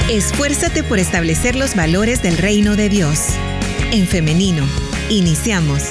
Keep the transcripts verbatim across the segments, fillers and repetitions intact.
Esfuérzate por establecer los valores del reino de Dios. En femenino, iniciamos.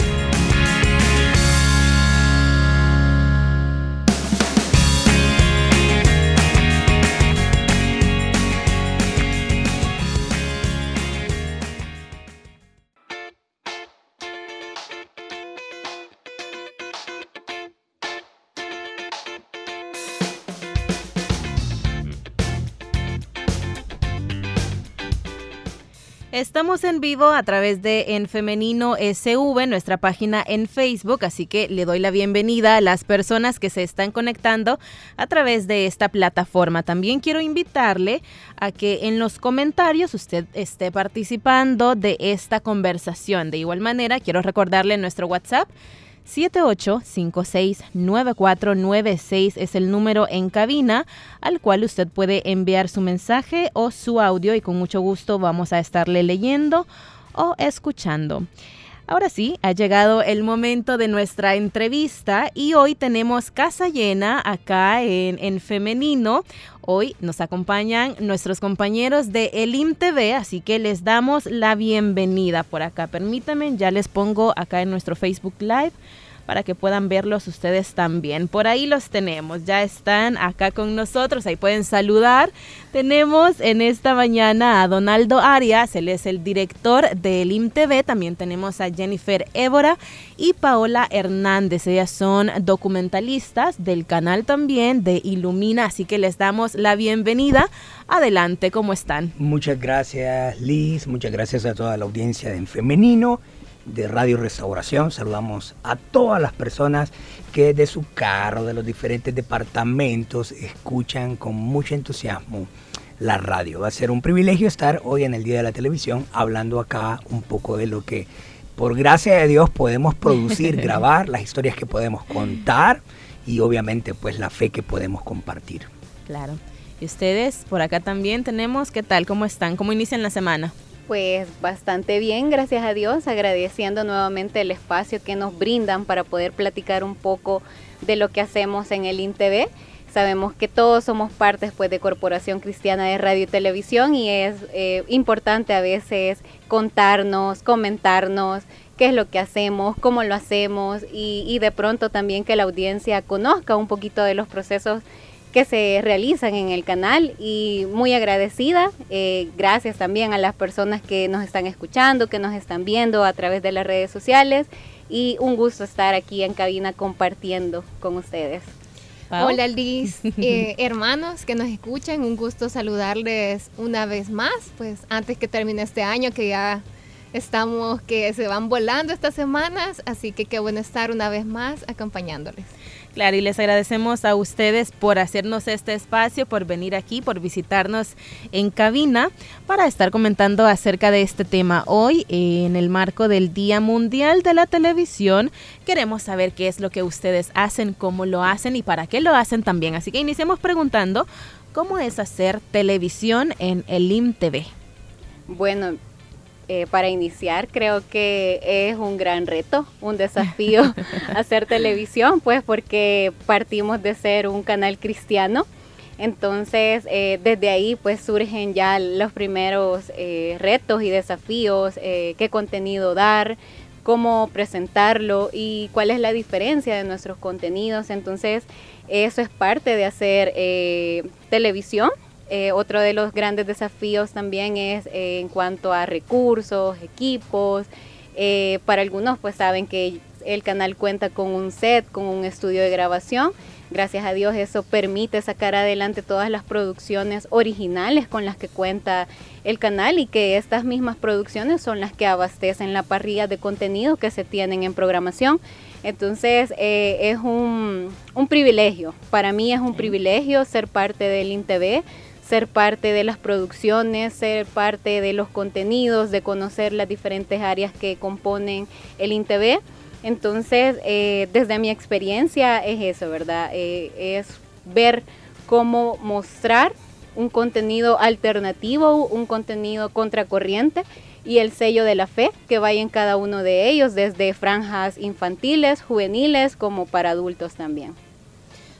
Estamos en vivo a través de En Femenino S V, nuestra página en Facebook, así que le doy la bienvenida a las personas que se están conectando a través de esta plataforma. También quiero invitarle a que en los comentarios usted esté participando de esta conversación. De igual manera, quiero recordarle nuestro WhatsApp. siete ocho cinco seis nueve cuatro nueve seis es el número en cabina al cual usted puede enviar su mensaje o su audio y con mucho gusto vamos a estarle leyendo o escuchando. Ahora sí, ha llegado el momento de nuestra entrevista y hoy tenemos casa llena acá en, en Femenino. Hoy nos acompañan nuestros compañeros de Elim T V, así que les damos la bienvenida por acá. Permítanme, ya les pongo acá en nuestro Facebook Live para que puedan verlos ustedes también. Por ahí los tenemos, ya están acá con nosotros, ahí pueden saludar. Tenemos en esta mañana a Donaldo Arias, él es el director de Elim T V. También tenemos a Jennifer Évora y Paola Hernández, ellas son documentalistas del canal también de Ilumina, así que les damos la bienvenida. Adelante, ¿cómo están? Muchas gracias, Liz, muchas gracias a toda la audiencia de En Femenino, de Radio Restauración. Saludamos a todas las personas que de su carro, de los diferentes departamentos, escuchan con mucho entusiasmo la radio. Va a ser un privilegio estar hoy en el Día de la Televisión hablando acá un poco de lo que por gracia de Dios podemos producir, grabar, las historias que podemos contar y obviamente pues la fe que podemos compartir. Claro. Y ustedes por acá también tenemos, ¿qué tal? ¿Cómo están? ¿Cómo inician la semana? Pues bastante bien, gracias a Dios, agradeciendo nuevamente el espacio que nos brindan para poder platicar un poco de lo que hacemos en Elim T V. Sabemos que todos somos partes pues, de Corporación Cristiana de Radio y Televisión y es eh, importante a veces contarnos, comentarnos qué es lo que hacemos, cómo lo hacemos y, y de pronto también que la audiencia conozca un poquito de los procesos que se realizan en el canal y muy agradecida, eh, gracias también a las personas que nos están escuchando, que nos están viendo a través de las redes sociales y un gusto estar aquí en cabina compartiendo con ustedes. Pau. Hola Liz, eh, hermanos que nos escuchan, un gusto saludarles una vez más, pues antes que termine este año que ya estamos, que se van volando estas semanas, así que qué bueno estar una vez más acompañándoles. Claro, y les agradecemos a ustedes por hacernos este espacio, por venir aquí, por visitarnos en cabina para estar comentando acerca de este tema. Hoy, en el marco del Día Mundial de la Televisión, queremos saber qué es lo que ustedes hacen, cómo lo hacen y para qué lo hacen también. Así que iniciemos preguntando, ¿cómo es hacer televisión en Elim T V? Bueno, Eh, para iniciar, creo que es un gran reto, un desafío hacer televisión, pues porque partimos de ser un canal cristiano. Entonces, eh, desde ahí pues surgen ya los primeros eh, retos y desafíos, eh, qué contenido dar, cómo presentarlo y cuál es la diferencia de nuestros contenidos. Entonces, eso es parte de hacer eh, televisión. Eh, otro de los grandes desafíos también es eh, en cuanto a recursos, equipos. Eh, para algunos pues saben que el canal cuenta con un set, con un estudio de grabación. Gracias a Dios eso permite sacar adelante todas las producciones originales con las que cuenta el canal y que estas mismas producciones son las que abastecen la parrilla de contenido que se tienen en programación. Entonces eh, es un, un privilegio, para mí es un privilegio ser parte del Elim T V, ser parte de las producciones, ser parte de los contenidos, de conocer las diferentes áreas que componen el Elim T V. Entonces, eh, desde mi experiencia es eso, ¿verdad? Eh, es ver cómo mostrar un contenido alternativo, un contenido contracorriente y el sello de la fe que vaya en cada uno de ellos, desde franjas infantiles, juveniles, como para adultos también.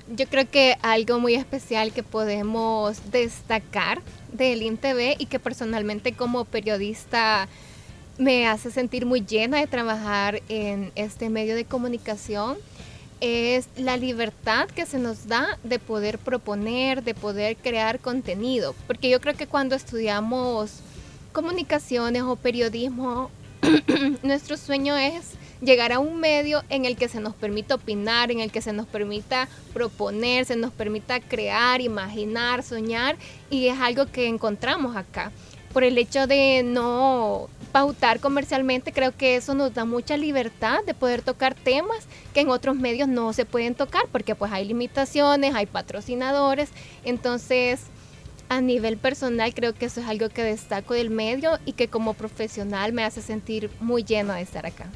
Yo creo que algo muy especial que podemos destacar del I N T V y que personalmente como periodista me hace sentir muy llena de trabajar en este medio de comunicación es la libertad que se nos da de poder proponer, de poder crear contenido. Porque yo creo que cuando estudiamos comunicaciones o periodismo, nuestro sueño es llegar a un medio en el que se nos permita opinar, en el que se nos permita proponer, se nos permita crear, imaginar, soñar, y es algo que encontramos acá. Por el hecho de no pautar comercialmente, creo que eso nos da mucha libertad de poder tocar temas que en otros medios no se pueden tocar, porque pues hay limitaciones, hay patrocinadores. Entonces, a nivel personal, creo que eso es algo que destaco del medio y que como profesional me hace sentir muy lleno de estar acá.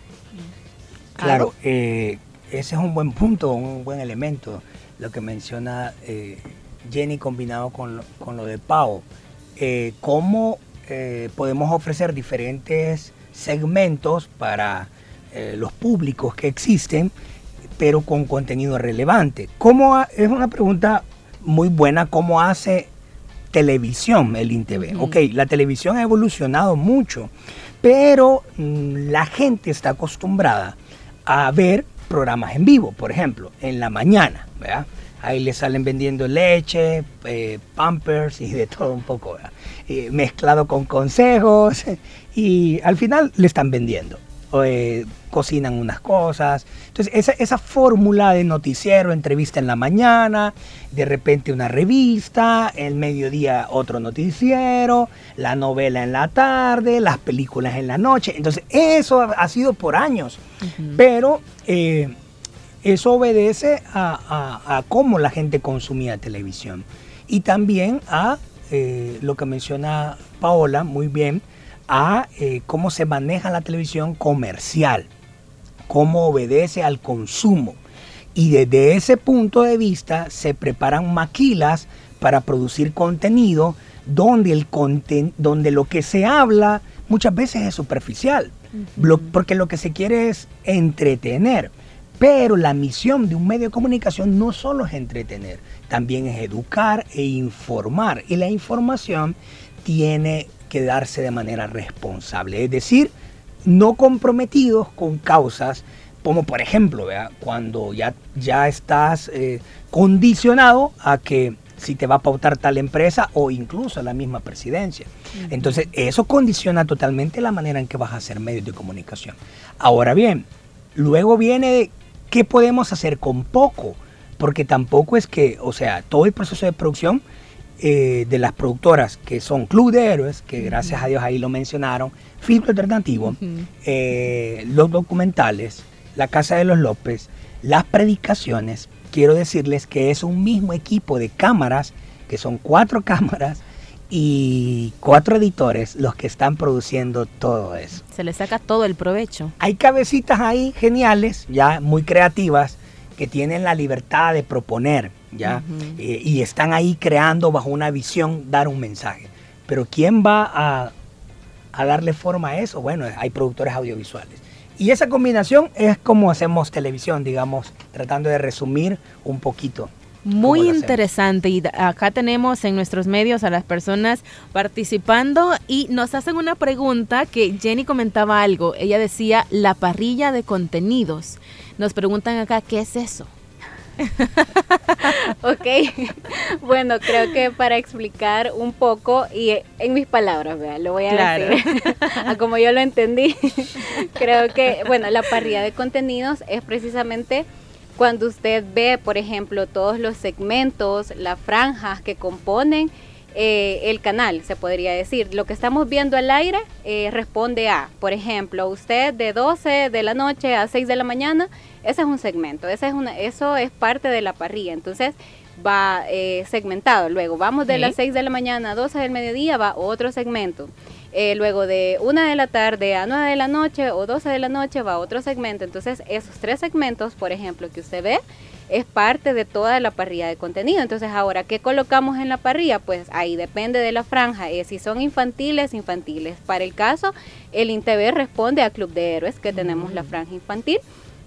Claro, eh, ese es un buen punto, un buen elemento, lo que menciona eh, Jenny combinado con lo, con lo de Pau. Eh, ¿Cómo eh, podemos ofrecer diferentes segmentos para eh, los públicos que existen, pero con contenido relevante? ¿Cómo ha, es una pregunta muy buena, ¿cómo hace televisión el I N T V? Uh-huh. Ok, la televisión ha evolucionado mucho, pero mmm, la gente está acostumbrada a ver programas en vivo, por ejemplo, en la mañana, ¿verdad? Ahí le salen vendiendo leche, eh, Pampers y de todo un poco, ¿verdad? Eh, mezclado con consejos y al final le están vendiendo. Eh, cocinan unas cosas. Entonces esa, esa fórmula de noticiero, entrevista en la mañana, de repente una revista, el mediodía otro noticiero, la novela en la tarde, las películas en la noche. Entonces eso ha, ha sido por años, uh-huh. pero eh, eso obedece a, a, a cómo la gente consumía televisión y también a eh, lo que menciona Paola muy bien, a eh, cómo se maneja la televisión comercial, cómo obedece al consumo. Y desde ese punto de vista se preparan maquilas para producir contenido donde, el conten- donde lo que se habla muchas veces es superficial, uh-huh. lo, porque lo que se quiere es entretener. Pero la misión de un medio de comunicación no solo es entretener, también es educar e informar. Y la información tiene que darse de manera responsable, es decir, no comprometidos con causas como por ejemplo, ¿verdad? Cuando ya, ya estás eh, condicionado a que si te va a pautar tal empresa o incluso la misma presidencia. Uh-huh. Entonces eso condiciona totalmente la manera en que vas a hacer medios de comunicación. Ahora bien, luego viene de qué podemos hacer con poco, porque tampoco es que, o sea, todo el proceso de producción Eh, de las productoras que son Club de Héroes, que uh-huh. gracias a Dios ahí lo mencionaron, Filtro Alternativo, uh-huh. eh, los documentales, La Casa de los López, las predicaciones, quiero decirles que es un mismo equipo de cámaras, que son cuatro cámaras y cuatro editores los que están produciendo todo eso. Se le saca todo el provecho. Hay cabecitas ahí geniales, ya muy creativas, que tienen la libertad de proponer, ¿ya? Uh-huh. eh, y están ahí creando bajo una visión, dar un mensaje. Pero ¿quién va a, a darle forma a eso? Bueno, hay productores audiovisuales. Y esa combinación es como hacemos televisión, digamos, tratando de resumir un poquito. Muy interesante, y acá tenemos en nuestros medios a las personas participando y nos hacen una pregunta que Jenny comentaba algo. Ella decía la parrilla de contenidos. Nos preguntan acá, ¿qué es eso? Ok, bueno, creo que para explicar un poco y en mis palabras, ¿verdad? Lo voy a claro. decir a como yo lo entendí. Creo que, bueno, la parrilla de contenidos es precisamente cuando usted ve, por ejemplo, todos los segmentos, las franjas que componen eh, el canal, se podría decir. Lo que estamos viendo al aire eh, responde a, por ejemplo, usted de doce de la noche a seis de la mañana, ese es un segmento, esa es una, eso es parte de la parrilla. Entonces va eh, segmentado. Luego vamos de sí. las seis de la mañana a doce del mediodía, va otro segmento. Eh, luego de una de la tarde a nueve de la noche o doce de la noche va otro segmento. Entonces esos tres segmentos, por ejemplo, que usted ve, es parte de toda la parrilla de contenido. Entonces ahora, ¿qué colocamos en la parrilla? Pues ahí depende de la franja. Eh, si son infantiles, infantiles. Para el caso, el I N T V responde a Club de Héroes, que tenemos mm. la franja infantil.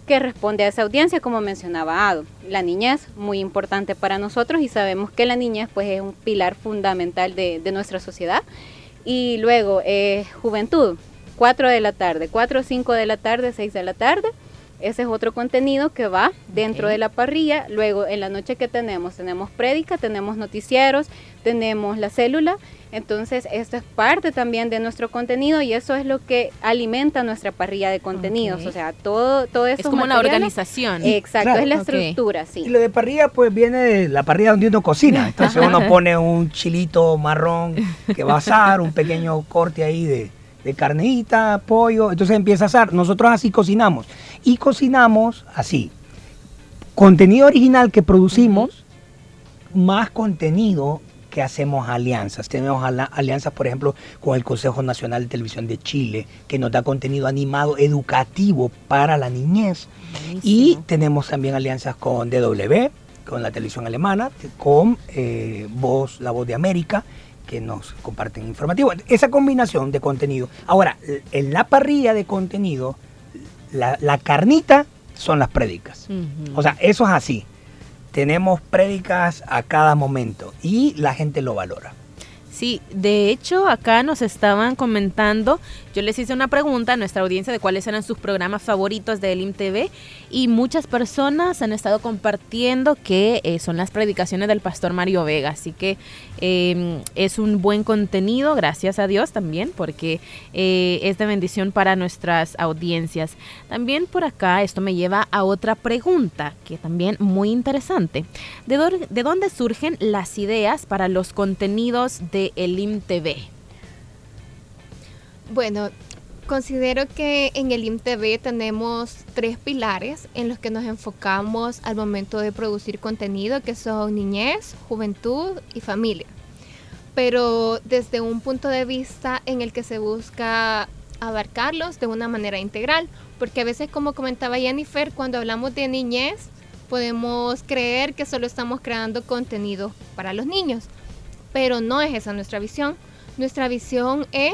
que responde a esa audiencia, como mencionaba Ado. La niñez, muy importante para nosotros y sabemos que la niñez pues es un pilar fundamental de, de nuestra sociedad. Y luego, eh, juventud, cuatro de la tarde, cuatro o cinco de la tarde, seis de la tarde. Ese es otro contenido que va dentro okay. de la parrilla. Luego, en la noche que tenemos, tenemos prédica, tenemos noticieros, tenemos la célula. Entonces, esto es parte también de nuestro contenido y eso es lo que alimenta nuestra parrilla de contenidos. Okay. O sea, todo, todo eso. Es como una organización. Exacto, claro. Es la okay. estructura, sí. Y lo de parrilla, pues viene de la parrilla donde uno cocina. Entonces, uno pone un chilito marrón que va a asar, un pequeño corte ahí de... de carnita, pollo, entonces empieza a asar. Nosotros así cocinamos. Y cocinamos así. Contenido original que producimos, uh-huh. más contenido que hacemos alianzas. Tenemos alianzas, por ejemplo, con el Consejo Nacional de Televisión de Chile, que nos da contenido animado educativo para la niñez. Buenísimo. Y tenemos también alianzas con D W, con la televisión alemana, con eh, Voz, La Voz de América, que nos comparten informativo. Esa combinación de contenido. Ahora, en la parrilla de contenido, la, la carnita son las prédicas. Uh-huh. O sea, eso es así. Tenemos prédicas a cada momento y la gente lo valora. Sí, de hecho acá nos estaban comentando, yo les hice una pregunta a nuestra audiencia de cuáles eran sus programas favoritos de Elim T V y muchas personas han estado compartiendo que eh, son las predicaciones del pastor Mario Vega, así que eh, es un buen contenido, gracias a Dios también, porque eh, es de bendición para nuestras audiencias. También por acá esto me lleva a otra pregunta que también muy interesante. ¿De, do- de dónde surgen las ideas para los contenidos de Elim T V? Bueno, considero que en Elim T V tenemos tres pilares en los que nos enfocamos al momento de producir contenido, que son niñez, juventud y familia. Pero desde un punto de vista en el que se busca abarcarlos de una manera integral, porque a veces, como comentaba Jennifer, cuando hablamos de niñez, podemos creer que solo estamos creando contenido para los niños. Pero no es esa nuestra visión. Nuestra visión es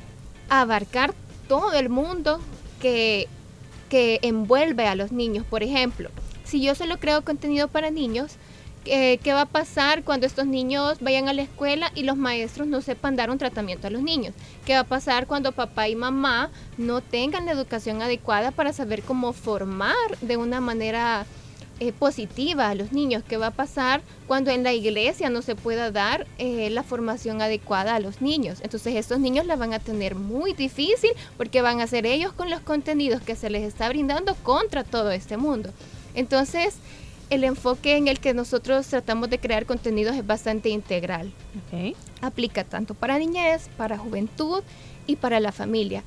abarcar todo el mundo que, que envuelve a los niños. Por ejemplo, si yo solo creo contenido para niños, eh, ¿qué va a pasar cuando estos niños vayan a la escuela y los maestros no sepan dar un tratamiento a los niños? ¿Qué va a pasar cuando papá y mamá no tengan la educación adecuada para saber cómo formar de una manera Eh, positiva a los niños? ¿Qué va a pasar cuando en la iglesia no se pueda dar eh, la formación adecuada a los niños? Entonces estos niños la van a tener muy difícil porque van a ser ellos con los contenidos que se les está brindando contra todo este mundo. Entonces el enfoque en el que nosotros tratamos de crear contenidos es bastante integral. Okay. Aplica tanto para niñez, para juventud y para la familia.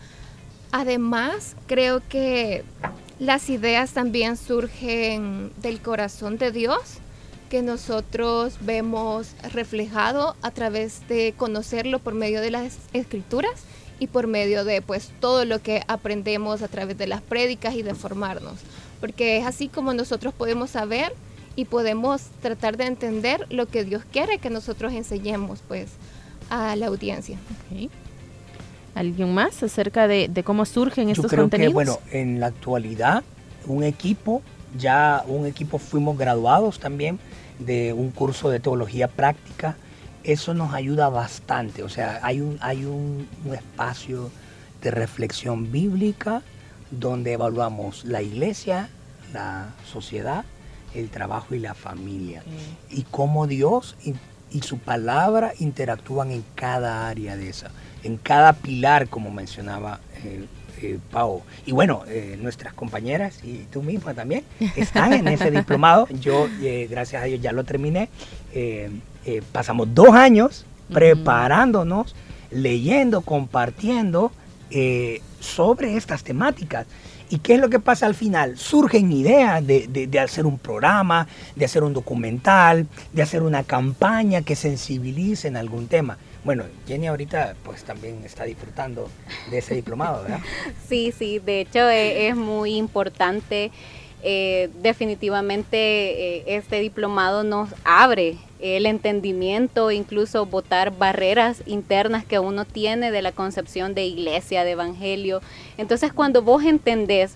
Además, creo que las ideas también surgen del corazón de Dios, que nosotros vemos reflejado a través de conocerlo por medio de las escrituras y por medio de pues todo lo que aprendemos a través de las prédicas y de formarnos, porque es así como nosotros podemos saber y podemos tratar de entender lo que Dios quiere que nosotros enseñemos pues a la audiencia. Okay. ¿Alguien más acerca de, de cómo surgen estos Yo creo contenidos? Que, bueno, en la actualidad, un equipo, ya un equipo fuimos graduados también de un curso de teología práctica. Eso nos ayuda bastante. O sea, hay un, hay un, un espacio de reflexión bíblica donde evaluamos la iglesia, la sociedad, el trabajo y la familia. Okay. Y cómo Dios y, y su palabra interactúan en cada área de esa. En cada pilar, como mencionaba eh, eh, Pau. Y bueno, eh, nuestras compañeras y tú misma también están en ese diplomado. Yo, eh, gracias a Dios, ya lo terminé. Eh, eh, pasamos dos años uh-huh. preparándonos, leyendo, compartiendo eh, sobre estas temáticas. ¿Y qué es lo que pasa al final? Surgen ideas de, de, de hacer un programa, de hacer un documental, de hacer una campaña que sensibilice en algún tema. Bueno, Jenny ahorita pues también está disfrutando de ese diplomado, ¿verdad? Sí, sí, de hecho eh, es muy importante. Eh, definitivamente eh, este diplomado nos abre el entendimiento, incluso botar barreras internas que uno tiene de la concepción de iglesia, de evangelio. Entonces cuando vos entendés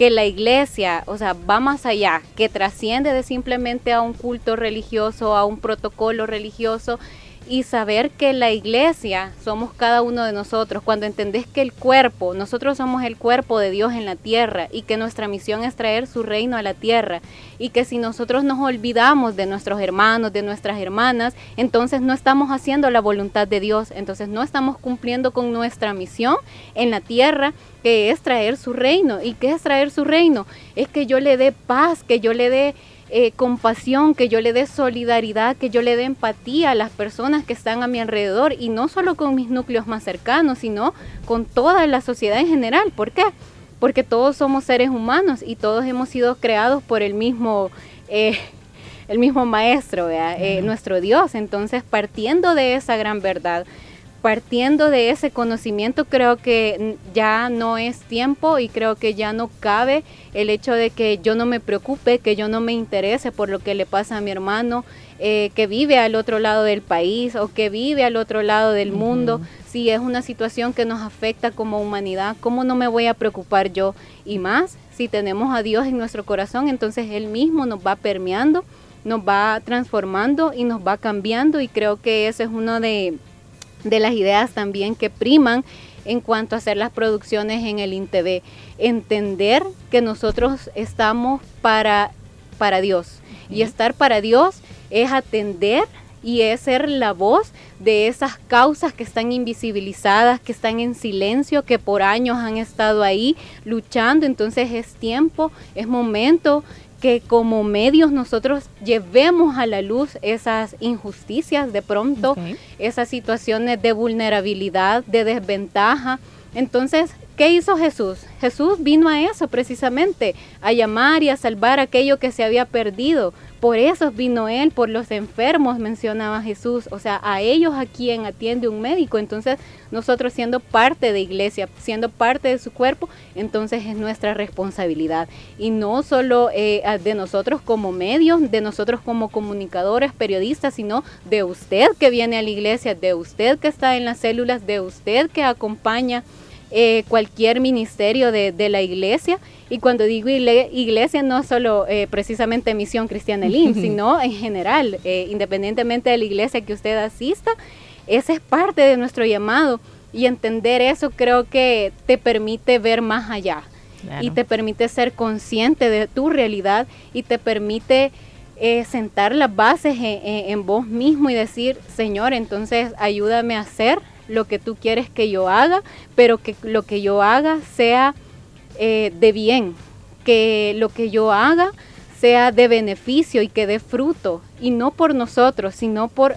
que la iglesia, o sea, va más allá, que trasciende de simplemente a un culto religioso, a un protocolo religioso, y saber que la iglesia somos cada uno de nosotros. Cuando entendés que el cuerpo, nosotros somos el cuerpo de Dios en la tierra y que nuestra misión es traer su reino a la tierra, y que si nosotros nos olvidamos de nuestros hermanos, de nuestras hermanas, entonces no estamos haciendo la voluntad de Dios, entonces no estamos cumpliendo con nuestra misión en la tierra, que es traer su reino. ¿Y qué es traer su reino? Es que yo le dé paz, que yo le dé Eh, compasión, que yo le dé solidaridad, que yo le dé empatía a las personas que están a mi alrededor, y no solo con mis núcleos más cercanos, sino con toda la sociedad en general. ¿Por qué? Porque todos somos seres humanos y todos hemos sido creados por el mismo, eh, el mismo maestro, eh, nuestro Dios. Entonces, partiendo de esa gran verdad, partiendo de ese conocimiento, creo que ya no es tiempo, y creo que ya no cabe el hecho de que yo no me preocupe, que yo no me interese por lo que le pasa a mi hermano eh, que vive al otro lado del país o que vive al otro lado del uh-huh. mundo. Si es una situación que nos afecta como humanidad, ¿cómo no me voy a preocupar yo? Y más, si tenemos a Dios en nuestro corazón, entonces Él mismo nos va permeando, nos va transformando y nos va cambiando, y creo que ese es uno de... de las ideas también que priman en cuanto a hacer las producciones en el I N T V. Entender que nosotros estamos para, para Dios. Uh-huh. Y estar para Dios es atender y es ser la voz de esas causas que están invisibilizadas, que están en silencio, que por años han estado ahí luchando. Entonces es tiempo, es momento que como medios nosotros llevemos a la luz esas injusticias de pronto, okay. esas situaciones de vulnerabilidad, de desventaja. Entonces, ¿qué hizo Jesús? Jesús vino a eso precisamente, a llamar y a salvar aquello que se había perdido. Por eso vino Él, por los enfermos, mencionaba Jesús, o sea, a ellos a quien atiende un médico. Entonces, nosotros siendo parte de iglesia, siendo parte de su cuerpo, entonces es nuestra responsabilidad. Y no solo eh, de nosotros como medios, de nosotros como comunicadores, periodistas, sino de usted que viene a la iglesia, de usted que está en las células, de usted que acompaña Eh, cualquier ministerio de, de la iglesia. Y cuando digo iglesia, no solo eh, precisamente Misión Cristiana L I M, sino en general, eh, independientemente de la iglesia que usted asista, esa es parte de nuestro llamado. Y entender eso creo que te permite ver más allá. Claro. Y te permite ser consciente de tu realidad, y te permite eh, sentar las bases en, en, en vos mismo y decir, Señor, entonces ayúdame a hacer lo que tú quieres que yo haga, pero que lo que yo haga sea eh, de bien, que lo que yo haga sea de beneficio y que dé fruto, y no por nosotros, sino por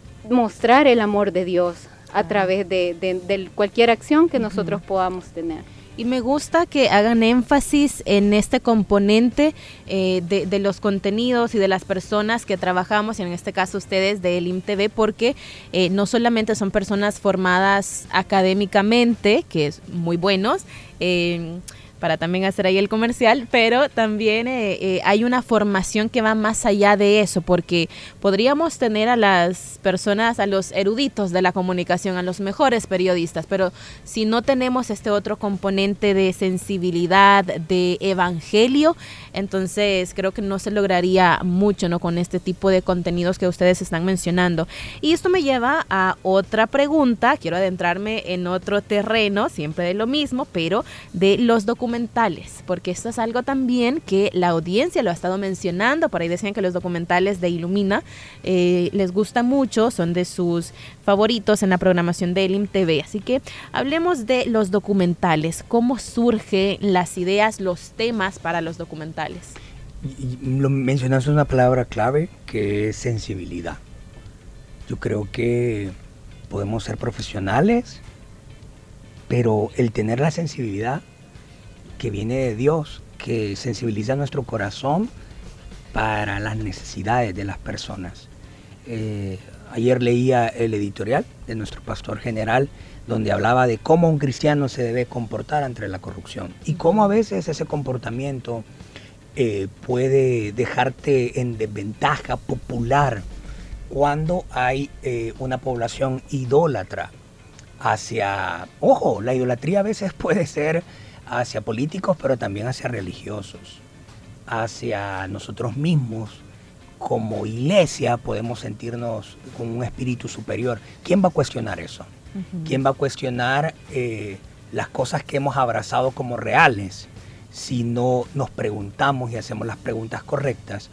mostrar el amor de Dios a ah. través de, de, de cualquier acción que uh-huh. nosotros podamos tener. Y me gusta que hagan énfasis en este componente eh, de, de los contenidos y de las personas que trabajamos, y en este caso ustedes del I M T V, porque eh, no solamente son personas formadas académicamente, que es muy buenos, eh, para también hacer ahí el comercial, pero también eh, eh, hay una formación que va más allá de eso, porque podríamos tener a las personas, a los eruditos de la comunicación, a los mejores periodistas, pero si no tenemos este otro componente de sensibilidad, de evangelio, entonces creo que no se lograría mucho, ¿no?, con este tipo de contenidos que ustedes están mencionando. Y esto me lleva a otra pregunta. Quiero adentrarme en otro terreno, siempre de lo mismo, pero de los documentales documentales, porque esto es algo también que la audiencia lo ha estado mencionando. Por ahí decían que los documentales de Ilumina eh, les gusta mucho, son de sus favoritos en la programación de I M T V. Así que hablemos de los documentales. ¿Cómo surgen las ideas, los temas para los documentales? Y, y lo mencionaste una palabra clave, que es sensibilidad. Yo creo que podemos ser profesionales, pero el tener la sensibilidad que viene de Dios, que sensibiliza nuestro corazón para las necesidades de las personas. Eh, ayer leía el editorial de nuestro pastor general, donde hablaba de cómo un cristiano se debe comportar ante la corrupción y cómo a veces ese comportamiento eh, puede dejarte en desventaja popular cuando hay eh, una población idólatra hacia... Ojo, la idolatría a veces puede ser hacia políticos, pero también hacia religiosos, hacia nosotros mismos. Como iglesia podemos sentirnos con un espíritu superior. ¿Quién va a cuestionar eso? Uh-huh. ¿Quién va a cuestionar eh, las cosas que hemos abrazado como reales si no nos preguntamos y hacemos las preguntas correctas?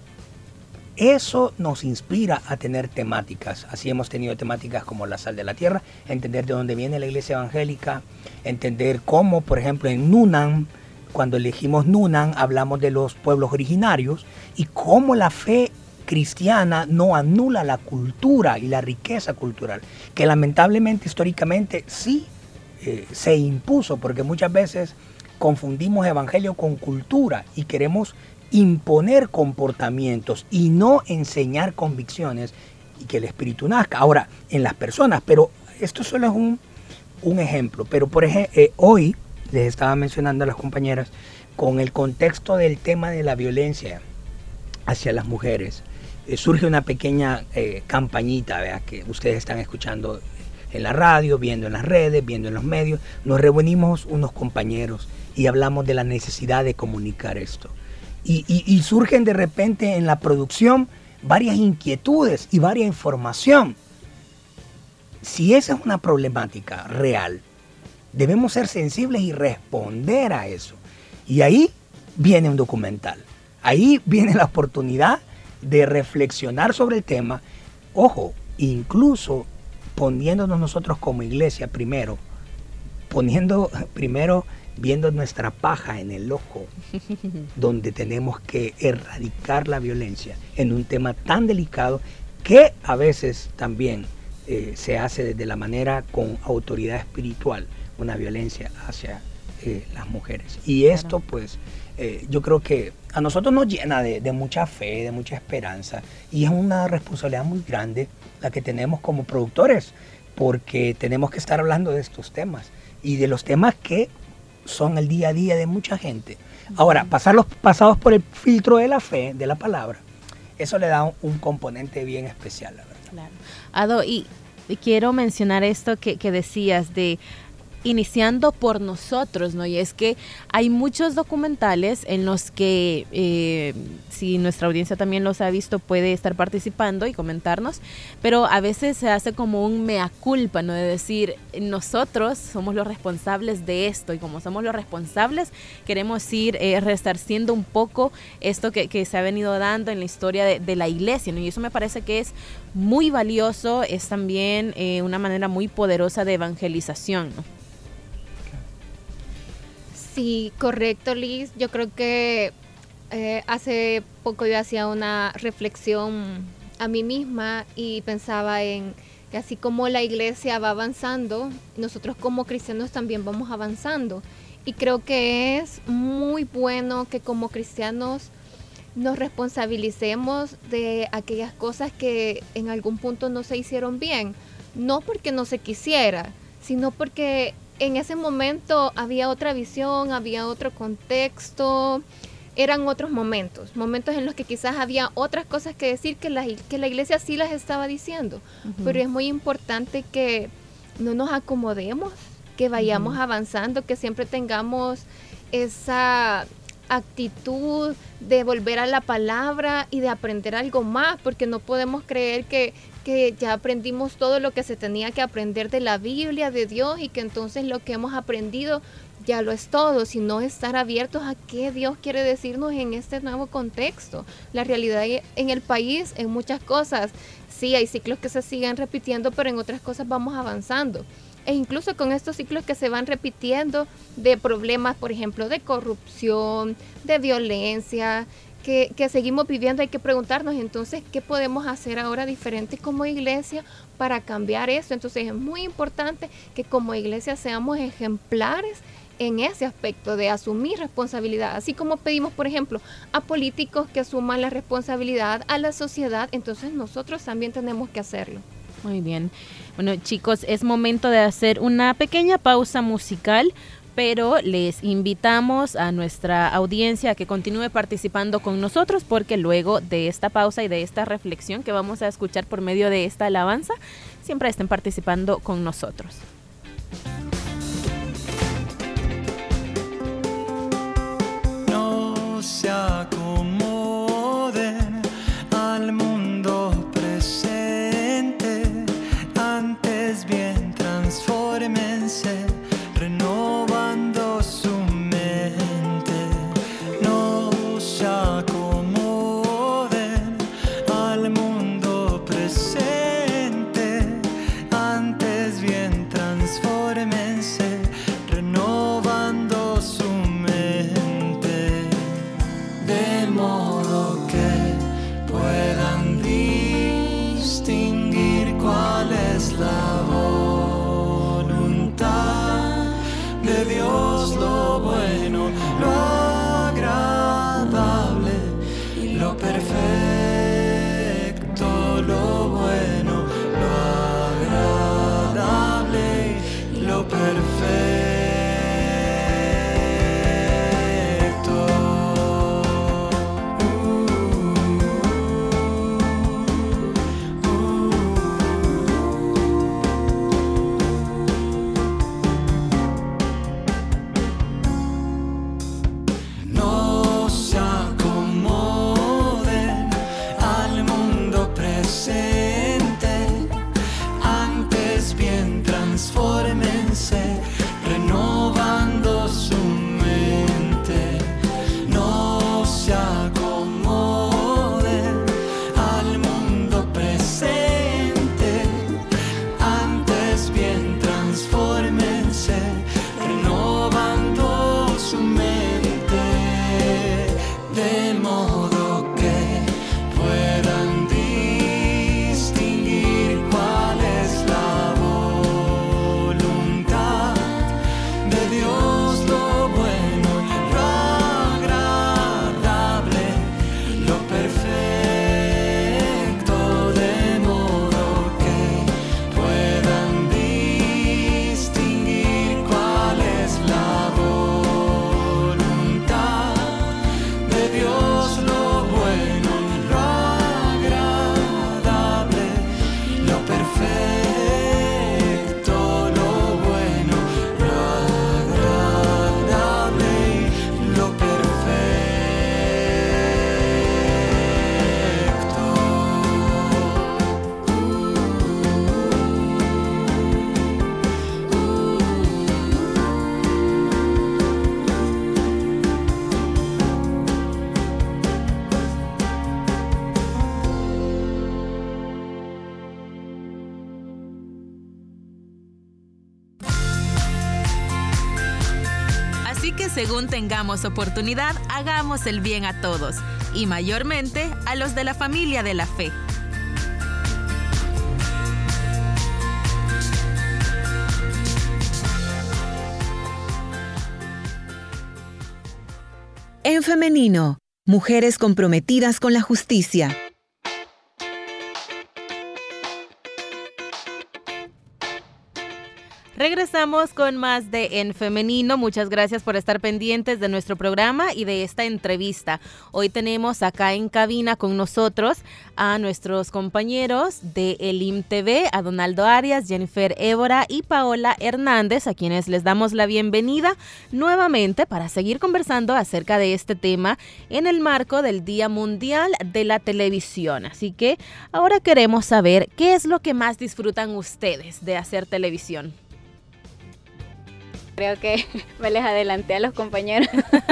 Eso nos inspira a tener temáticas. Así hemos tenido temáticas como la sal de la tierra, entender de dónde viene la iglesia evangélica, entender cómo, por ejemplo, en Nunam, cuando elegimos Nunam, hablamos de los pueblos originarios y cómo la fe cristiana no anula la cultura y la riqueza cultural, que lamentablemente históricamente sí eh, se impuso, porque muchas veces confundimos evangelio con cultura y queremos imponer comportamientos y no enseñar convicciones y que el espíritu nazca. Ahora, en las personas, pero esto solo es un, un ejemplo, pero por ejemplo, eh, hoy les estaba mencionando a las compañeras, con el contexto del tema de la violencia hacia las mujeres, eh, surge una pequeña eh, campañita, ¿verdad?, que ustedes están escuchando en la radio, viendo en las redes, viendo en los medios. Nos reunimos unos compañeros y hablamos de la necesidad de comunicar esto. Y, y, y surgen de repente en la producción varias inquietudes y varias información. Si esa es una problemática real, debemos ser sensibles y responder a eso. Y ahí viene un documental. Ahí viene la oportunidad de reflexionar sobre el tema. Ojo, incluso poniéndonos nosotros como iglesia primero, poniendo primero, viendo nuestra paja en el ojo, donde tenemos que erradicar la violencia en un tema tan delicado que a veces también eh, se hace desde la manera con autoridad espiritual, una violencia hacia eh, las mujeres. Y esto pues eh, yo creo que a nosotros nos llena de, de mucha fe, de mucha esperanza, y es una responsabilidad muy grande la que tenemos como productores, porque tenemos que estar hablando de estos temas y de los temas que son el día a día de mucha gente. Ahora, pasarlos pasados por el filtro de la fe, de la palabra, eso le da un, un componente bien especial, la verdad. Claro. Ado, y, y quiero mencionar esto que, que decías de iniciando por nosotros, ¿no? Y es que hay muchos documentales en los que, eh, si nuestra audiencia también los ha visto, puede estar participando y comentarnos, pero a veces se hace como un mea culpa, ¿no? De decir, nosotros somos los responsables de esto, y como somos los responsables, queremos ir eh, resarciendo un poco esto que, que se ha venido dando en la historia de, de la iglesia, ¿no? Y eso me parece que es muy valioso, es también eh, una manera muy poderosa de evangelización, ¿no? Sí, correcto, Liz. Yo creo que eh, hace poco yo hacía una reflexión a mí misma y pensaba en que así como la iglesia va avanzando, nosotros como cristianos también vamos avanzando. Y creo que es muy bueno que como cristianos nos responsabilicemos de aquellas cosas que en algún punto no se hicieron bien. No porque no se quisiera, sino porque en ese momento había otra visión, había otro contexto, eran otros momentos, momentos en los que quizás había otras cosas que decir que la, que la iglesia sí las estaba diciendo. Uh-huh. Pero es muy importante que no nos acomodemos, que vayamos uh-huh. avanzando, que siempre tengamos esa actitud de volver a la palabra y de aprender algo más, porque no podemos creer que que ya aprendimos todo lo que se tenía que aprender de la Biblia, de Dios, y que entonces lo que hemos aprendido ya lo es todo, sino estar abiertos a qué Dios quiere decirnos en este nuevo contexto. La realidad en el país, en muchas cosas, sí hay ciclos que se siguen repitiendo, pero en otras cosas vamos avanzando. E incluso con estos ciclos que se van repitiendo de problemas, por ejemplo, de corrupción, de violencia, Que, que seguimos viviendo, hay que preguntarnos entonces qué podemos hacer ahora diferente como iglesia para cambiar eso. Entonces es muy importante que como iglesia seamos ejemplares en ese aspecto de asumir responsabilidad, así como pedimos, por ejemplo, a políticos que asuman la responsabilidad, a la sociedad, entonces nosotros también tenemos que hacerlo. Muy bien. Bueno, chicos, es momento de hacer una pequeña pausa musical, pero les invitamos a nuestra audiencia a que continúe participando con nosotros, porque luego de esta pausa y de esta reflexión que vamos a escuchar por medio de esta alabanza, siempre estén participando con nosotros. transfórmense, renovando su mente. No se acomoden al mundo presente, antes bien transfórmense, renovando su mente, de modo que puedan distinguir cuál es la voluntad de Dios, lo bueno, lo agradable, lo perfecto, de modo que puedan distinguir cuál es la voluntad de Dios, lo bueno, lo agradable, lo perfecto, lo bueno, lo agradable, lo Así que según tengamos oportunidad, hagamos el bien a todos, y mayormente a los de la familia de la fe. En femenino, mujeres comprometidas con la justicia. Regresamos con más de En Femenino. Muchas gracias por estar pendientes de nuestro programa y de esta entrevista. Hoy tenemos acá en cabina con nosotros a nuestros compañeros de El I M T V, a Donaldo Arias, Jennifer Évora y Paola Hernández, a quienes les damos la bienvenida nuevamente para seguir conversando acerca de este tema en el marco del Día Mundial de la Televisión. Así que ahora queremos saber qué es lo que más disfrutan ustedes de hacer televisión. Creo que me les adelanté a los compañeros.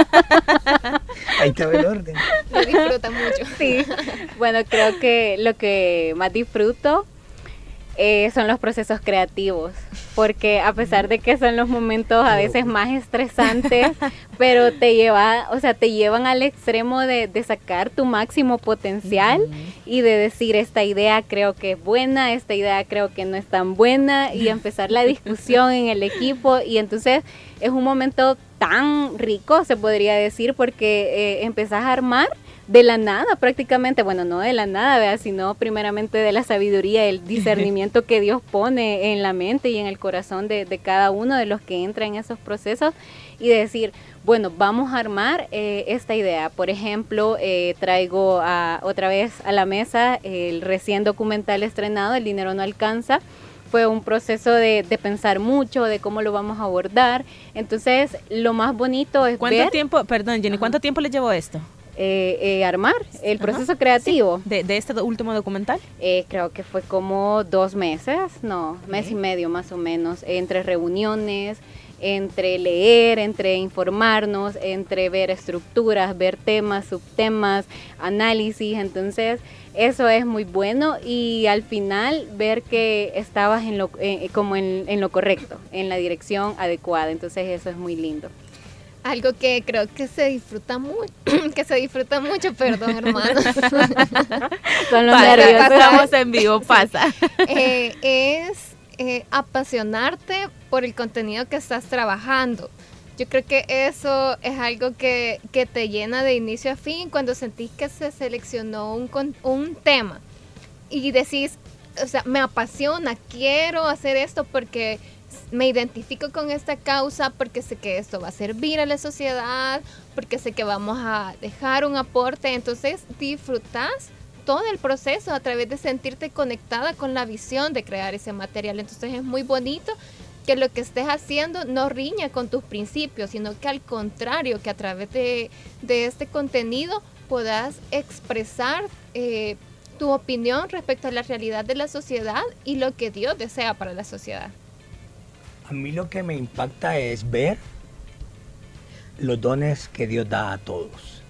Ahí estaba el orden. Lo disfruta mucho. Sí, bueno, creo que lo que más disfruto eh, son los procesos creativos, porque a pesar de que son los momentos a veces más estresantes, pero te lleva, o sea, te llevan al extremo de, de sacar tu máximo potencial uh-huh. y de decir, esta idea creo que es buena, esta idea creo que no es tan buena, y empezar la discusión en el equipo. Y entonces es un momento tan rico, se podría decir, porque eh, empezás a armar de la nada prácticamente, bueno, no de la nada, ¿verdad? Sino primeramente de la sabiduría, el discernimiento que Dios pone en la mente y en el corazón de, de cada uno de los que entran en esos procesos, y de decir, bueno, vamos a armar eh, esta idea. Por ejemplo, eh, traigo a, otra vez a la mesa el recién documental estrenado, El dinero no alcanza. Fue un proceso de, de pensar mucho, de cómo lo vamos a abordar. Entonces, lo más bonito es ¿Cuánto ver... tiempo, perdón Jenny, cuánto tiempo les llevó esto? Eh, eh, armar el proceso Ajá. creativo. Sí. ¿De, de este do- último documental? Eh, creo que fue como dos meses, no, okay. mes y medio más o menos, entre reuniones, entre leer, entre informarnos, entre ver estructuras, ver temas, subtemas, análisis. Entonces eso es muy bueno, y al final ver que estabas en lo, eh, como en, en lo correcto, en la dirección adecuada. Entonces eso es muy lindo. Algo que creo que se disfruta mucho, que se disfruta mucho, perdón, hermanos. Son los pasa, nervios. Pasamos en vivo, pasa. eh, es eh, apasionarte por el contenido que estás trabajando. Yo creo que eso es algo que, que te llena de inicio a fin cuando sentís que se seleccionó un, un tema y decís, o sea, me apasiona, quiero hacer esto porque me identifico con esta causa, porque sé que esto va a servir a la sociedad, porque sé que vamos a dejar un aporte. Entonces disfrutas todo el proceso a través de sentirte conectada con la visión de crear ese material. Entonces es muy bonito que lo que estés haciendo no riña con tus principios, sino que al contrario, que a través de, de este contenido puedas expresar eh, tu opinión respecto a la realidad de la sociedad y lo que Dios desea para la sociedad. A mí lo que me impacta es ver los dones que Dios da a todos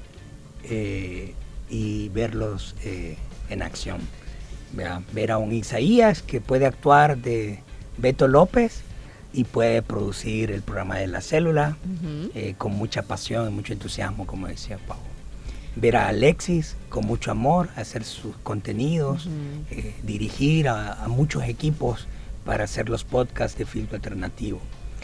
eh, y verlos eh, en acción. Vea, ver a un Isaías que puede actuar de Beto López y puede producir el programa de la célula uh-huh. eh, con mucha pasión y mucho entusiasmo, como decía Pau. Ver a Alexis con mucho amor, hacer sus contenidos, uh-huh. eh, dirigir a, a muchos equipos para hacer los podcasts de Filtro Alternativo.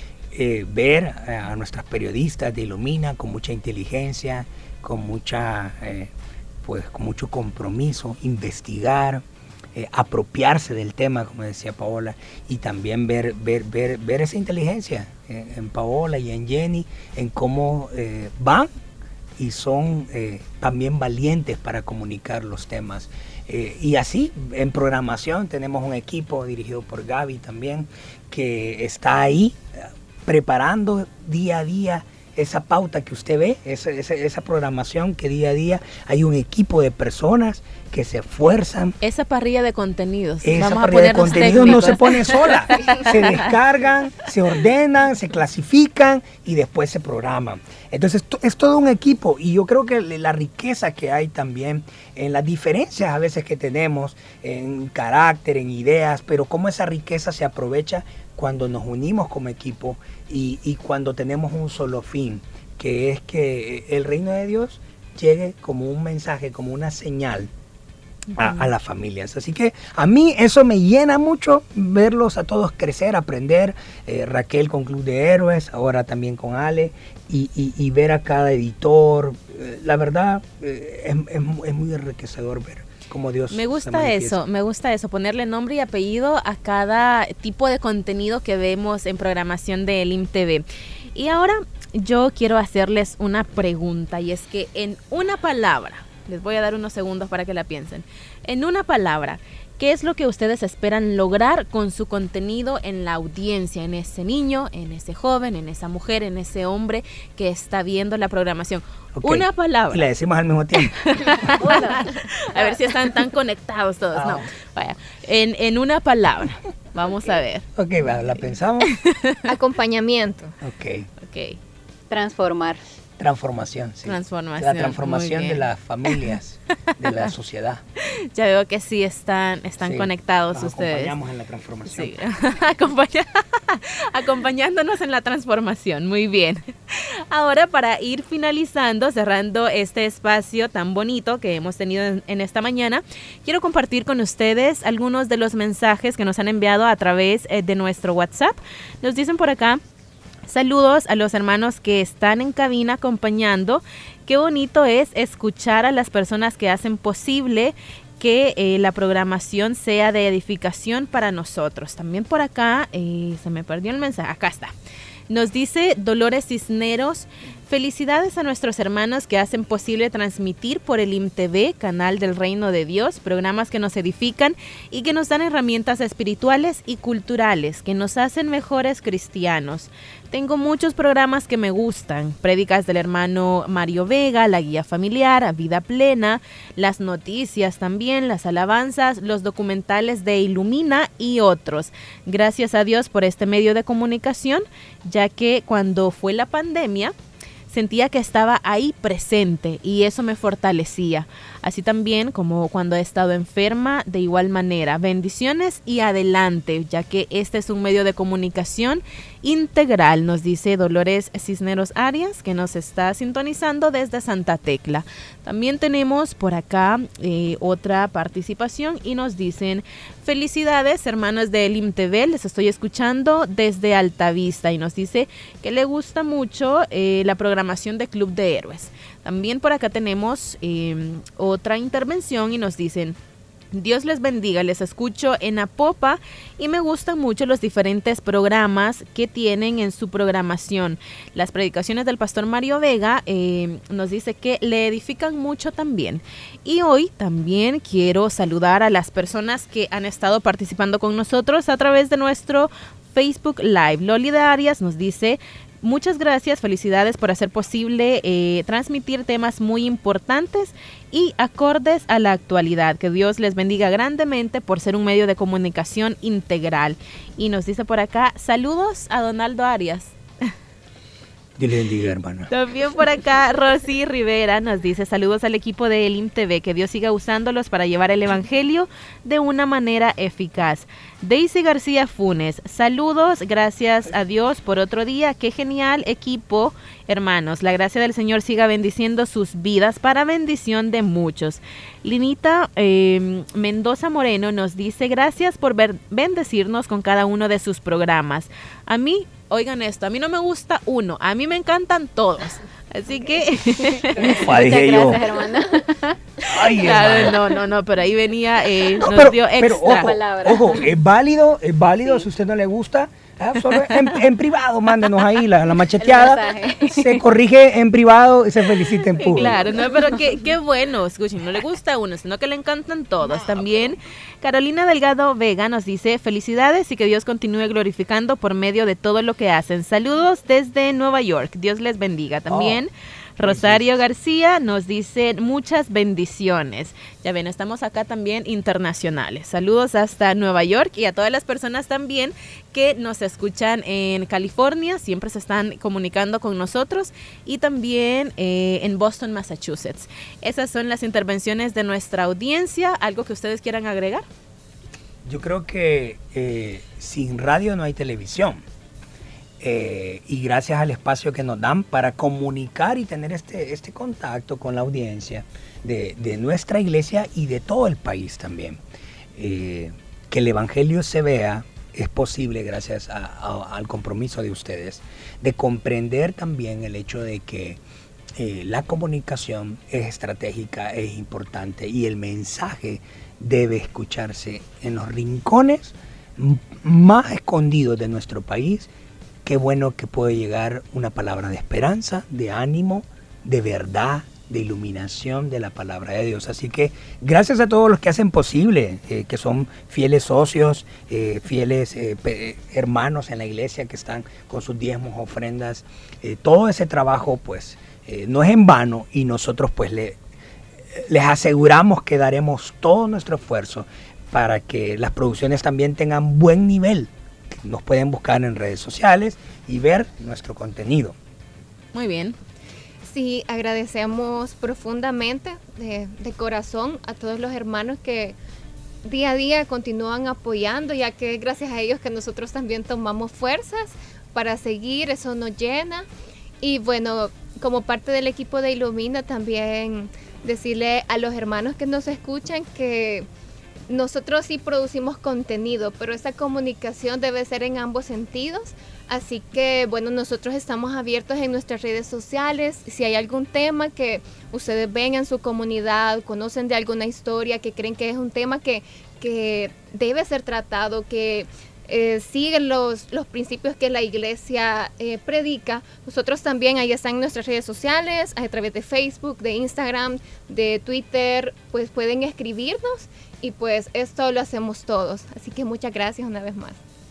Eh, ver a, a nuestras periodistas de Ilumina con mucha inteligencia, con mucha, eh, pues, con mucho compromiso, investigar, eh, apropiarse del tema, como decía Paola, y también ver, ver, ver, ver esa inteligencia en, en Paola y en Jenny, en cómo eh, van y son eh, también valientes para comunicar los temas. Eh, y así, en programación, tenemos un equipo dirigido por Gaby también, que está ahí eh, preparando día a día esa pauta que usted ve, esa, esa, esa programación que día a día hay un equipo de personas que se esfuerzan. Esa parrilla de contenidos. Esa Vamos parrilla a de contenidos no se pone sola. Se descargan, se ordenan, se clasifican y después se programan. Entonces es todo un equipo y yo creo que la riqueza que hay también en las diferencias a veces que tenemos en carácter, en ideas, pero cómo esa riqueza se aprovecha cuando nos unimos como equipo y, y cuando tenemos un solo fin, que es que el reino de Dios llegue como un mensaje, como una señal a, a las familias. Así que a mí eso me llena mucho, verlos a todos crecer, aprender, eh, Raquel con Club de Héroes, ahora también con Ale, y, y, y ver a cada editor. Eh, la verdad, eh, es, es, es muy enriquecedor ver cómo Dios me gusta eso, me gusta eso, ponerle nombre y apellido a cada tipo de contenido que vemos en programación de Elim T V. Y ahora yo quiero hacerles una pregunta, y es que en una palabra, les voy a dar unos segundos para que la piensen, en una palabra, ¿qué es lo que ustedes esperan lograr con su contenido en la audiencia, en ese niño, en ese joven, en esa mujer, en ese hombre que está viendo la programación? Okay. Una palabra. Y la decimos al mismo tiempo. A ver si están tan conectados todos. No, vaya. En, en una palabra. Vamos okay. a ver. Ok, va, la pensamos. Acompañamiento. Ok. Ok. Transformar. Transformación, sí. Transformación. La transformación de las familias, de la sociedad. Ya veo que sí están, están sí, conectados nos ustedes. Acompañamos en la transformación. Sí. Acompaña, acompañándonos en la transformación. Muy bien. Ahora, para ir finalizando, cerrando este espacio tan bonito que hemos tenido en, en esta mañana, quiero compartir con ustedes algunos de los mensajes que nos han enviado a través eh, de nuestro WhatsApp. Nos dicen por acá: saludos a los hermanos que están en cabina acompañando. Qué bonito es escuchar a las personas que hacen posible que eh, la programación sea de edificación para nosotros. También por acá, eh, se me perdió el mensaje, acá está. Nos dice Dolores Cisneros: felicidades a nuestros hermanos que hacen posible transmitir por el Elim T V, canal del Reino de Dios, programas que nos edifican y que nos dan herramientas espirituales y culturales que nos hacen mejores cristianos. Tengo muchos programas que me gustan: prédicas del hermano Mario Vega, la guía familiar, Vida Plena, las noticias también, las alabanzas, los documentales de Ilumina y otros. Gracias a Dios por este medio de comunicación, ya que cuando fue la pandemia sentía que estaba ahí presente y eso me fortalecía. Así también como cuando he estado enferma, de igual manera. Bendiciones y adelante, ya que este es un medio de comunicación integral, nos dice Dolores Cisneros Arias, que nos está sintonizando desde Santa Tecla. También tenemos por acá eh, otra participación y nos dicen: felicidades, hermanos de Elim T V, les estoy escuchando desde Altavista, y nos dice que le gusta mucho eh, la programación de Club de Héroes. También por acá tenemos eh, otra intervención y nos dicen: Dios les bendiga, les escucho en Apopa y me gustan mucho los diferentes programas que tienen en su programación. Las predicaciones del pastor Mario Vega eh, nos dice que le edifican mucho también. Y hoy también quiero saludar a las personas que han estado participando con nosotros a través de nuestro Facebook Live. Loli de Arias nos dice: Muchas gracias, felicidades por hacer posible eh, transmitir temas muy importantes y acordes a la actualidad. Que Dios les bendiga grandemente por ser un medio de comunicación integral. Y nos dice por acá, saludos a Donaldo Arias. Dios le bendiga, hermana. También por acá Rosy Rivera nos dice saludos al equipo de Elim T V, que Dios siga usándolos para llevar el evangelio de una manera eficaz. Daisy García Funes, saludos, gracias a Dios por otro día, qué genial equipo, hermanos, la gracia del Señor siga bendiciendo sus vidas para bendición de muchos. Linita eh, Mendoza Moreno nos dice gracias por ver, bendecirnos con cada uno de sus programas. A mí, oigan esto, a mí no me gusta uno, a mí me encantan todos. Así que Ufa, dije yo. Gracias, hermana. Ay, claro, hermana. no, no, no, pero ahí venía, eh, No, nos pero, dio extra. pero ojo, palabra. ojo, es válido, es válido Sí. si a usted no le gusta. Ah, solo en, en privado, mándenos ahí la, la macheteada. mensaje. Se corrige en privado y se felicita en público. Claro, no, pero qué, qué bueno, escuchen, no le gusta a uno, sino que le encantan todos. También Carolina Delgado Vega nos dice felicidades y que Dios continúe glorificando por medio de todo lo que hacen. Saludos desde Nueva York, Dios les bendiga. También Rosario García nos dice muchas bendiciones. Ya ven, estamos acá también internacionales. Saludos hasta Nueva York y a todas las personas también que nos escuchan en California, siempre se están comunicando con nosotros, y también eh, en Boston, Massachusetts. Esas son las intervenciones de nuestra audiencia. ¿Algo que ustedes quieran agregar? Yo creo que eh, sin radio no hay televisión. Eh, y gracias al espacio que nos dan para comunicar y tener este, este contacto con la audiencia de, de nuestra iglesia y de todo el país también. Eh, que el evangelio se vea es posible gracias a, a, al compromiso de ustedes, de comprender también el hecho de que eh, la comunicación es estratégica, es importante y el mensaje debe escucharse en los rincones m- más escondidos de nuestro país. Qué bueno que puede llegar una palabra de esperanza, de ánimo, de verdad, de iluminación de la palabra de Dios. Así que gracias a todos los que hacen posible, eh, que son fieles socios, eh, fieles eh, pe- hermanos en la iglesia que están con sus diezmos, ofrendas. Eh, todo ese trabajo pues eh, no es en vano y nosotros pues le, les aseguramos que daremos todo nuestro esfuerzo para que las producciones también tengan buen nivel. Nos pueden buscar en redes sociales y ver nuestro contenido. Muy bien. Sí, agradecemos profundamente de, de corazón a todos los hermanos que día a día continúan apoyando, ya que es gracias a ellos que nosotros también tomamos fuerzas para seguir, eso nos llena. Y bueno, como parte del equipo de Ilumina, también decirle a los hermanos que nos escuchan que nosotros sí producimos contenido, pero esa comunicación debe ser en ambos sentidos. Así que, bueno, nosotros estamos abiertos en nuestras redes sociales. Si hay algún tema que ustedes ven en su comunidad, conocen de alguna historia, que creen que es un tema que, que debe ser tratado, que eh, sigue los, los principios que la iglesia eh, predica, nosotros también ahí están en nuestras redes sociales, a través de Facebook, de Instagram, de Twitter, pues pueden escribirnos y pues esto lo hacemos todos. Así que muchas gracias una vez más.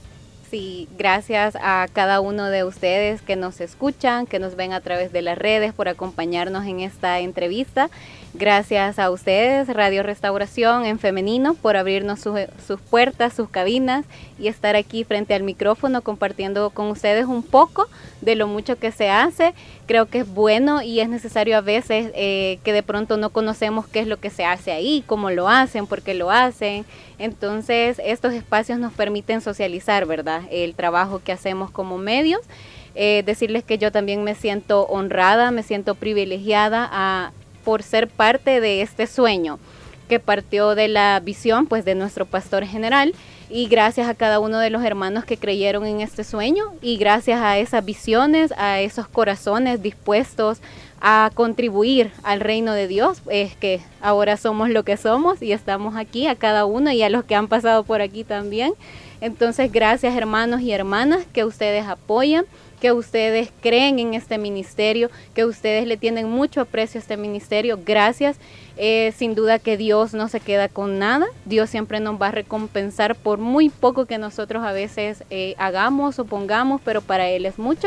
Sí, gracias a cada uno de ustedes que nos escuchan, que nos ven a través de las redes, por acompañarnos en esta entrevista. Gracias a ustedes, Radio Restauración en femenino, por abrirnos su, sus puertas, sus cabinas y estar aquí frente al micrófono compartiendo con ustedes un poco de lo mucho que se hace. Creo que es bueno y es necesario a veces eh, que de pronto no conocemos qué es lo que se hace ahí, cómo lo hacen, por qué lo hacen. Entonces, estos espacios nos permiten socializar, ¿verdad? El trabajo que hacemos como medios. Eh, decirles que yo también me siento honrada, me siento privilegiada a, por ser parte de este sueño que partió de la visión, pues, de nuestro pastor general. Y gracias a cada uno de los hermanos que creyeron en este sueño y gracias a esas visiones, a esos corazones dispuestos a contribuir al reino de Dios, es que ahora somos lo que somos y estamos aquí, a cada uno y a los que han pasado por aquí también. Entonces, gracias hermanos y hermanas que ustedes apoyan, que ustedes creen en este ministerio, que ustedes le tienen mucho aprecio a este ministerio. Gracias. Eh, sin duda que Dios no se queda con nada. Dios siempre nos va a recompensar por muy poco que nosotros a veces eh, hagamos o pongamos, pero para Él es mucho.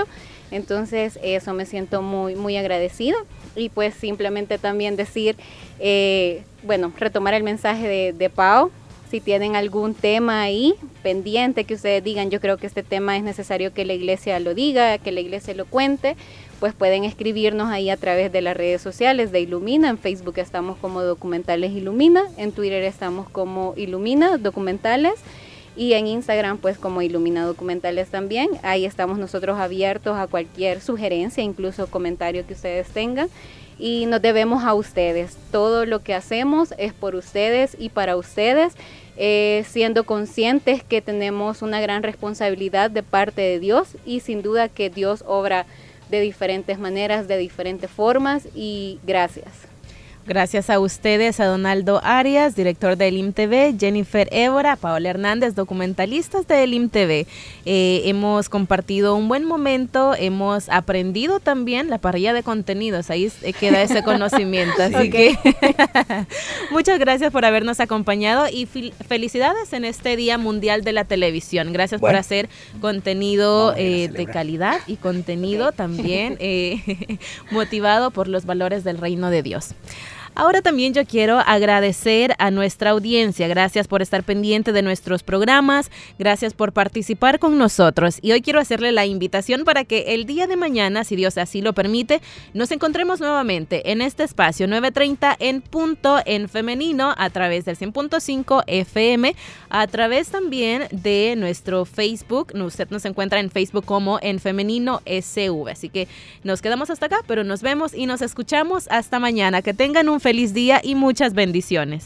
Entonces eso me siento muy, muy agradecida. Y pues simplemente también decir, eh, bueno, retomar el mensaje de, de Pau. Si tienen algún tema ahí pendiente que ustedes digan, yo creo que este tema es necesario que la iglesia lo diga, que la iglesia lo cuente, pues pueden escribirnos ahí a través de las redes sociales de Ilumina. En Facebook estamos como Documentales Ilumina, en Twitter estamos como Ilumina Documentales y en Instagram pues como Ilumina Documentales también. Ahí estamos nosotros abiertos a cualquier sugerencia, incluso comentario que ustedes tengan. Y nos debemos a ustedes. Todo lo que hacemos es por ustedes y para ustedes, eh, siendo conscientes que tenemos una gran responsabilidad de parte de Dios y sin duda que Dios obra de diferentes maneras, de diferentes formas y gracias. Gracias a ustedes, a Donaldo Arias, director de Elim T V, Jennifer Évora, Paola Hernández, documentalistas de Elim T V. Eh, hemos compartido un buen momento, hemos aprendido también la parrilla de contenidos, ahí queda ese conocimiento. Así okay. que muchas gracias por habernos acompañado y felicidades en este Día Mundial de la Televisión. Gracias bueno. por hacer contenido eh, de calidad y contenido okay. también eh, motivado por los valores del reino de Dios. Ahora también yo quiero agradecer a nuestra audiencia. Gracias por estar pendiente de nuestros programas. Gracias por participar con nosotros. Y hoy quiero hacerle la invitación para que el día de mañana, si Dios así lo permite, nos encontremos nuevamente en este espacio nueve treinta en punto en femenino a través del cien punto cinco F M, a través también de nuestro Facebook. Usted nos encuentra en Facebook como En Femenino S V. Así que nos quedamos hasta acá, pero nos vemos y nos escuchamos hasta mañana. Que tengan un feliz día y muchas bendiciones.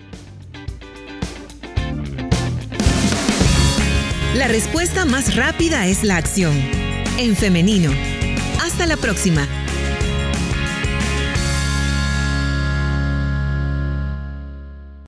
La respuesta más rápida es la acción. En femenino. Hasta la próxima.